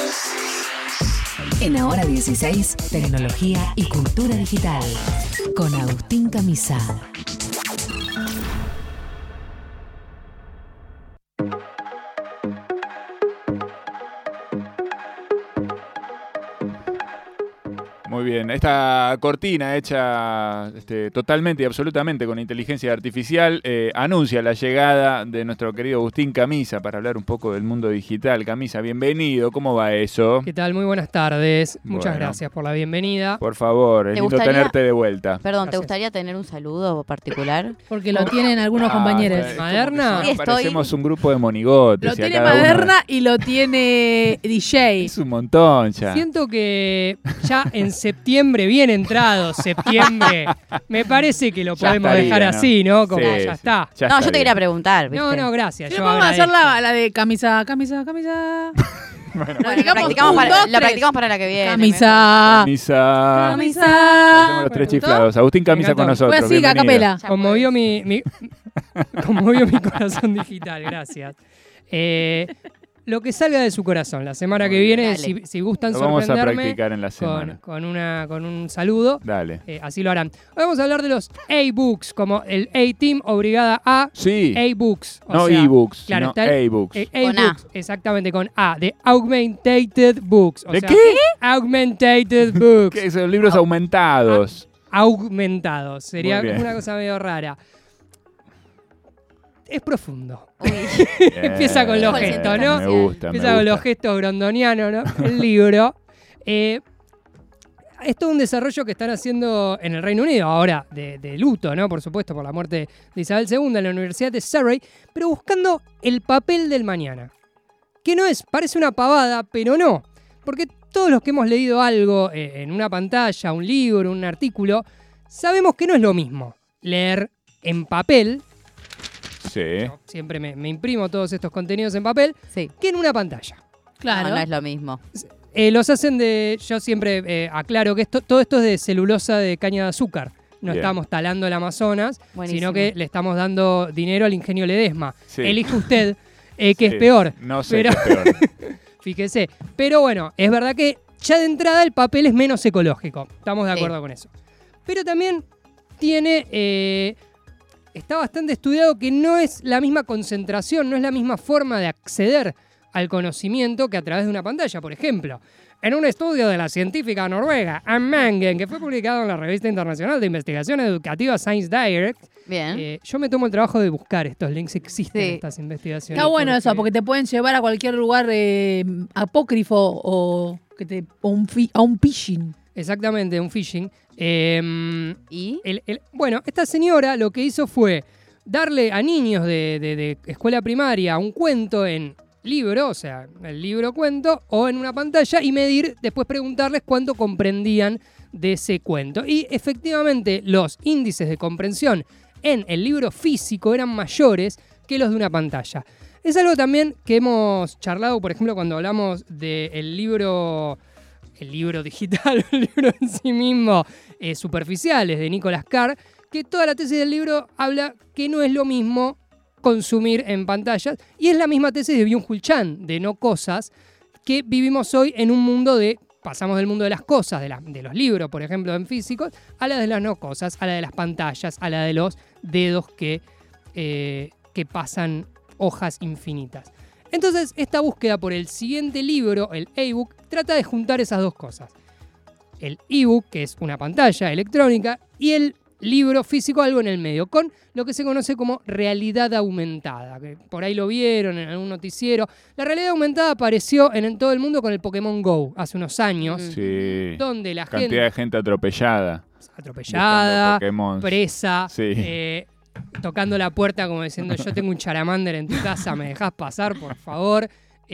En Ahora 16, tecnología y cultura digital. Con Agustín Camisa. Muy bien, esta cortina hecha totalmente y absolutamente con inteligencia artificial anuncia la llegada de nuestro querido Agustín Camisa para hablar un poco del mundo digital. Camisa, bienvenido, ¿cómo va eso? ¿Qué tal? Muy buenas tardes. Muchas Bueno. gracias por la bienvenida. Por favor, es lindo tenerte de vuelta. Perdón, ¿te Gracias. gustaría tener un saludo particular? Porque lo tienen algunos compañeros. Es como Maderna. que Estoy- parecemos un grupo de monigotes. Lo y a tiene cada uno- Maderna y lo tiene DJ. Es un montón ya. Siento que ya en septiembre, bien entrado septiembre, me parece que lo Ya podemos estaría, dejar ¿no? así, ¿no? Como Sí, ya sí. está. Ya No, está yo te bien. quería preguntar, ¿viste? No, gracias. Sí, Yo vamos a hacer agradezco. la de camisa, camisa, camisa. Bueno, Practicamos practicamos un, para, dos, la tres. practicamos para la que viene. Camisa. Camisa. Camisa. Hacemos los tres ¿Te chiflados. Agustín Camisa Me con encantó. nosotros. Fue así, a bienvenido. capela. Ya Conmovió conmovió mi corazón digital, gracias. Lo que salga de su corazón. La semana que viene, Dale. si gustan Lo vamos a sorprenderme practicar en la semana. con un saludo, Dale. así lo harán. Hoy vamos a hablar de los A-Books, como el A-Team o Brigada A. Sí. A-Books. o No sea, ebooks, claro, sino está el- A-books. Con A-Books, exactamente, con A, de Augmented Books. O ¿De sea, qué? Augmented Books. ¿Qué son libros aumentados? Augmentados. Sería Muy bien. una cosa medio rara. Es profundo. Bien. Empieza con los gestos, ¿no? Me gusta, me Empieza con los gusta. gestos grondonianos, ¿no? El libro. Es todo un desarrollo que están haciendo en el Reino Unido ahora, de luto, ¿no? Por supuesto, por la muerte de Isabel II en la Universidad de Surrey, pero buscando el papel del mañana. Que no es, parece una pavada, pero no. Porque todos los que hemos leído algo en una pantalla, un libro, un artículo, sabemos que no es lo mismo leer en papel, Sí. yo siempre me imprimo todos estos contenidos en papel, Sí. que en una pantalla. Claro. No, no es lo mismo. Los hacen yo siempre aclaro que todo esto es de celulosa de caña de azúcar. No Bien. estamos talando el Amazonas, Buenísimo. sino que le estamos dando dinero al ingenio Ledesma. Sí. Elige usted qué Sí. es peor. No sé pero- qué es peor. Fíjese. Pero bueno, es verdad que ya de entrada el papel es menos ecológico. Estamos de Sí. acuerdo con eso. Pero también tiene... está bastante estudiado que no es la misma concentración, no es la misma forma de acceder al conocimiento que a través de una pantalla. Por ejemplo, en un estudio de la científica noruega Anne Mangen, que fue publicado en la revista internacional de investigación educativa Science Direct, Bien. yo me tomo el trabajo de buscar estos links, existen Sí. estas investigaciones. Está bueno eso, porque te pueden llevar a cualquier lugar apócrifo o a un phishing. Exactamente, un phishing. ¿Y? Bueno, esta señora lo que hizo fue darle a niños de escuela primaria un cuento en libro, o sea, el libro cuento, o en una pantalla y medir, después preguntarles cuánto comprendían de ese cuento. Y efectivamente los índices de comprensión en el libro físico eran mayores que los de una pantalla. Es algo también que hemos charlado, por ejemplo, cuando hablamos del libro digital, el libro en sí mismo, Superficiales, de Nicolas Carr, que toda la tesis del libro habla que no es lo mismo consumir en pantallas, y es la misma tesis de Byung-Chul Chan, de No Cosas, que vivimos hoy en un mundo pasamos del mundo de las cosas, de los libros, por ejemplo, en físicos, a la de las no cosas, a la de las pantallas, a la de los dedos que pasan hojas infinitas. Entonces, esta búsqueda por el siguiente libro, el ebook, trata de juntar esas dos cosas. El ebook, que es una pantalla electrónica, y el libro físico, algo en el medio, con lo que se conoce como realidad aumentada, que por ahí lo vieron en algún noticiero. La realidad aumentada apareció en todo el mundo con el Pokémon GO hace unos años, Sí. donde la Cantidad gente de gente atropellada. atropellada, buscando Pokémon. presa, Sí. tocando la puerta como diciendo yo tengo un Charamander en tu casa, ¿me dejás pasar, por favor?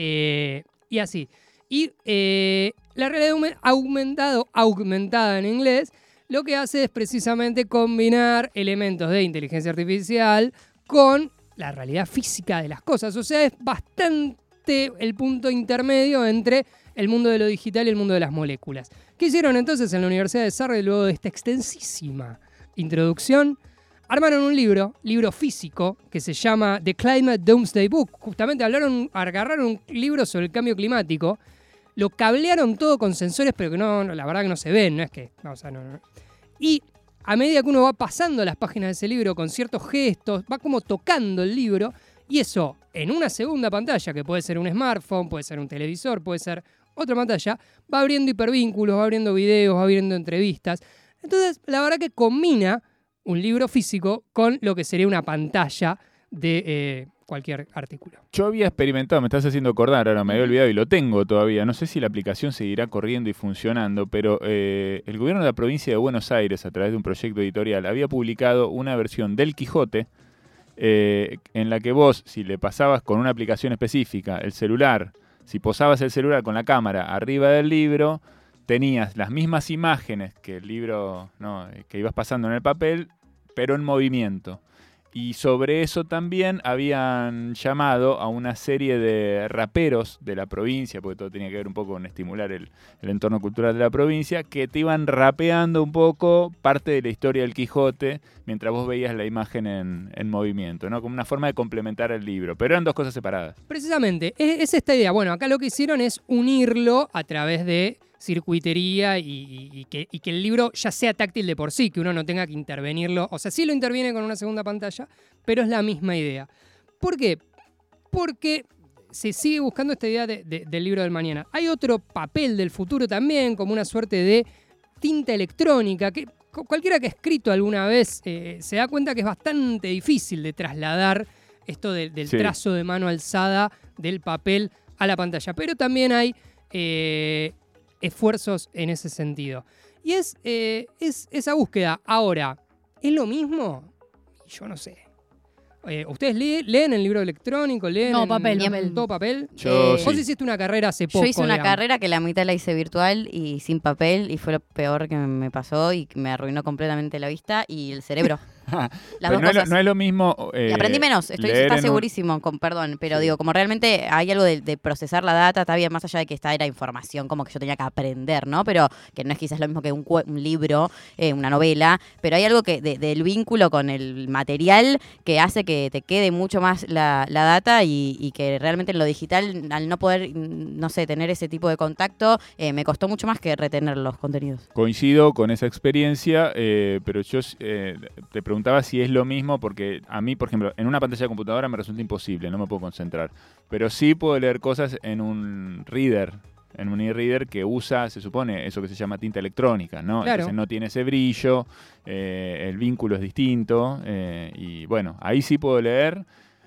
Y así. Y la realidad aumentada en inglés, lo que hace es precisamente combinar elementos de inteligencia artificial con la realidad física de las cosas. O sea, es bastante el punto intermedio entre el mundo de lo digital y el mundo de las moléculas. ¿Qué hicieron entonces en la Universidad de Surrey luego de esta extensísima introducción? Armaron un libro físico, que se llama The Climate Doomsday Book. Justamente agarraron un libro sobre el cambio climático lo cablearon todo con sensores, pero que no, la verdad que no se ven, no es que... No, o sea, no. Y a medida que uno va pasando las páginas de ese libro con ciertos gestos, va como tocando el libro, y eso en una segunda pantalla, que puede ser un smartphone, puede ser un televisor, puede ser otra pantalla, va abriendo hipervínculos, va abriendo videos, va abriendo entrevistas. Entonces, la verdad que combina un libro físico con lo que sería una pantalla de cualquier artículo. Yo había experimentado, me estás haciendo acordar, ahora me había olvidado y lo tengo todavía. No sé si la aplicación seguirá corriendo y funcionando, pero el gobierno de la provincia de Buenos Aires, a través de un proyecto editorial, había publicado una versión del Quijote en la que vos, si le pasabas con una aplicación específica el celular, si posabas el celular con la cámara arriba del libro, tenías las mismas imágenes que el libro, ¿no?, que ibas pasando en el papel, pero en movimiento. Y sobre eso también habían llamado a una serie de raperos de la provincia, porque todo tenía que ver un poco con estimular el entorno cultural de la provincia, que te iban rapeando un poco parte de la historia del Quijote mientras vos veías la imagen en movimiento, ¿no? Como una forma de complementar el libro. Pero eran dos cosas separadas. Precisamente, es esta idea. Bueno, acá lo que hicieron es unirlo a través de circuitería y que el libro ya sea táctil de por sí, que uno no tenga que intervenirlo. O sea, sí lo interviene con una segunda pantalla, pero es la misma idea. ¿Por qué? Porque se sigue buscando esta idea del libro del mañana. Hay otro papel del futuro también, como una suerte de tinta electrónica, que cualquiera que ha escrito alguna vez se da cuenta que es bastante difícil de trasladar esto del trazo de mano alzada del papel a la pantalla. Pero también hay esfuerzos en ese sentido. Y es esa búsqueda. Ahora, ¿es lo mismo? Yo no sé. ¿Ustedes leen el libro electrónico? ¿Leen No, papel. todo papel? Yo Vos sí. hiciste una carrera hace poco. Yo hice una digamos. carrera que la mitad la hice virtual y sin papel y fue lo peor que me pasó y me arruinó completamente la vista y el cerebro. Las Pero dos no, cosas. no es lo mismo. Y aprendí menos, está segurísimo, perdón, pero digo, como realmente hay algo de procesar la data, está bien, más allá de que esta era información como que yo tenía que aprender, ¿no? Pero que no es quizás lo mismo que un libro, una novela, pero hay algo que del vínculo con el material que hace que te quede mucho más la data y que realmente en lo digital, al no poder, no sé, tener ese tipo de contacto, me costó mucho más que retener los contenidos. Coincido con esa experiencia, pero yo te preguntaba si es lo mismo, porque a mí, por ejemplo, en una pantalla de computadora me resulta imposible, no me puedo concentrar. Pero sí puedo leer cosas en un reader, en un e-reader que usa, se supone, eso que se llama tinta electrónica, ¿no? Claro. Entonces no tiene ese brillo, el vínculo es distinto, y bueno, ahí sí puedo leer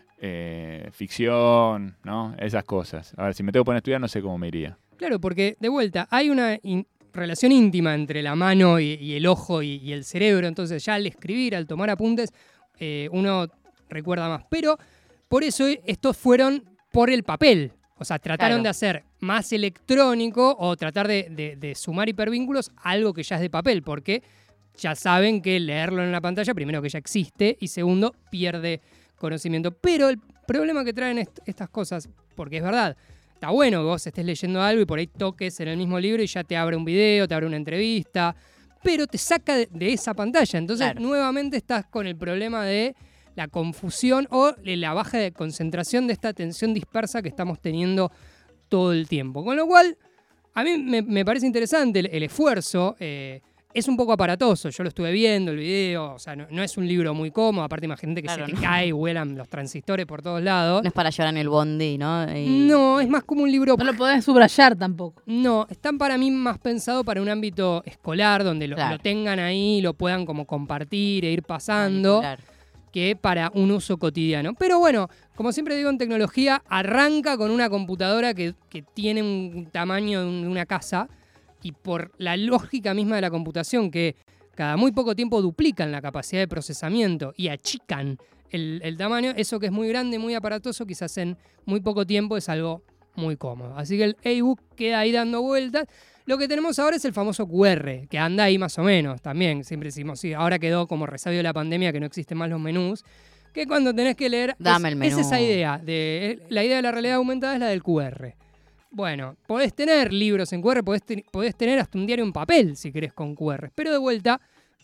ficción, ¿no? Esas cosas. A ver, si me tengo que poner a estudiar, no sé cómo me iría. Claro, porque de vuelta, hay una relación íntima entre la mano y el ojo y el cerebro, entonces ya al escribir, al tomar apuntes, uno recuerda más. Pero por eso estos fueron por el papel, o sea, trataron Claro. de hacer más electrónico o tratar de sumar hipervínculos a algo que ya es de papel, porque ya saben que leerlo en la pantalla, primero que ya existe y segundo, pierde conocimiento. Pero el problema que traen estas cosas, porque es verdad, está bueno que vos estés leyendo algo y por ahí toques en el mismo libro y ya te abre un video, te abre una entrevista, pero te saca de esa pantalla. Entonces, Claro. nuevamente estás con el problema de la confusión o de la baja de concentración de esta atención dispersa que estamos teniendo todo el tiempo. Con lo cual, a mí me parece interesante el esfuerzo. Es un poco aparatoso, yo lo estuve viendo, el video, o sea, no es un libro muy cómodo, aparte imagínate que Claro, se te ¿no? cae y vuelan los transistores por todos lados. No es para llorar en el bondi, ¿no? No, es más como un libro... No lo podés subrayar tampoco. No, están para mí más pensado para un ámbito escolar, donde Claro. lo tengan ahí, lo puedan como compartir e ir pasando, Manipular. que para un uso cotidiano. Pero bueno, como siempre digo en tecnología, arranca con una computadora que tiene un tamaño de una casa, y por la lógica misma de la computación, que cada muy poco tiempo duplican la capacidad de procesamiento y achican el tamaño, eso que es muy grande, muy aparatoso, quizás en muy poco tiempo es algo muy cómodo. Así que el ebook queda ahí dando vueltas. Lo que tenemos ahora es el famoso QR, que anda ahí más o menos también. Siempre decimos, sí, ahora quedó como resabio de la pandemia que no existen más los menús, que cuando tenés que leer... Dame el menú. Es esa idea. La idea de la realidad aumentada es la del QR. Bueno, podés tener libros en QR, podés tener hasta un diario en papel si querés con QR. Pero de vuelta,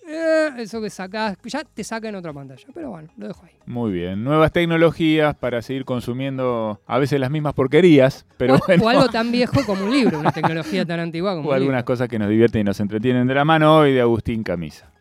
eso que sacás, ya te saca en otra pantalla. Pero bueno, lo dejo ahí. Muy bien. Nuevas tecnologías para seguir consumiendo a veces las mismas porquerías, pero bueno. O algo tan viejo como un libro, una tecnología tan antigua como O algunas cosas que nos divierten y nos entretienen. De la mano hoy de Agustín Camisa.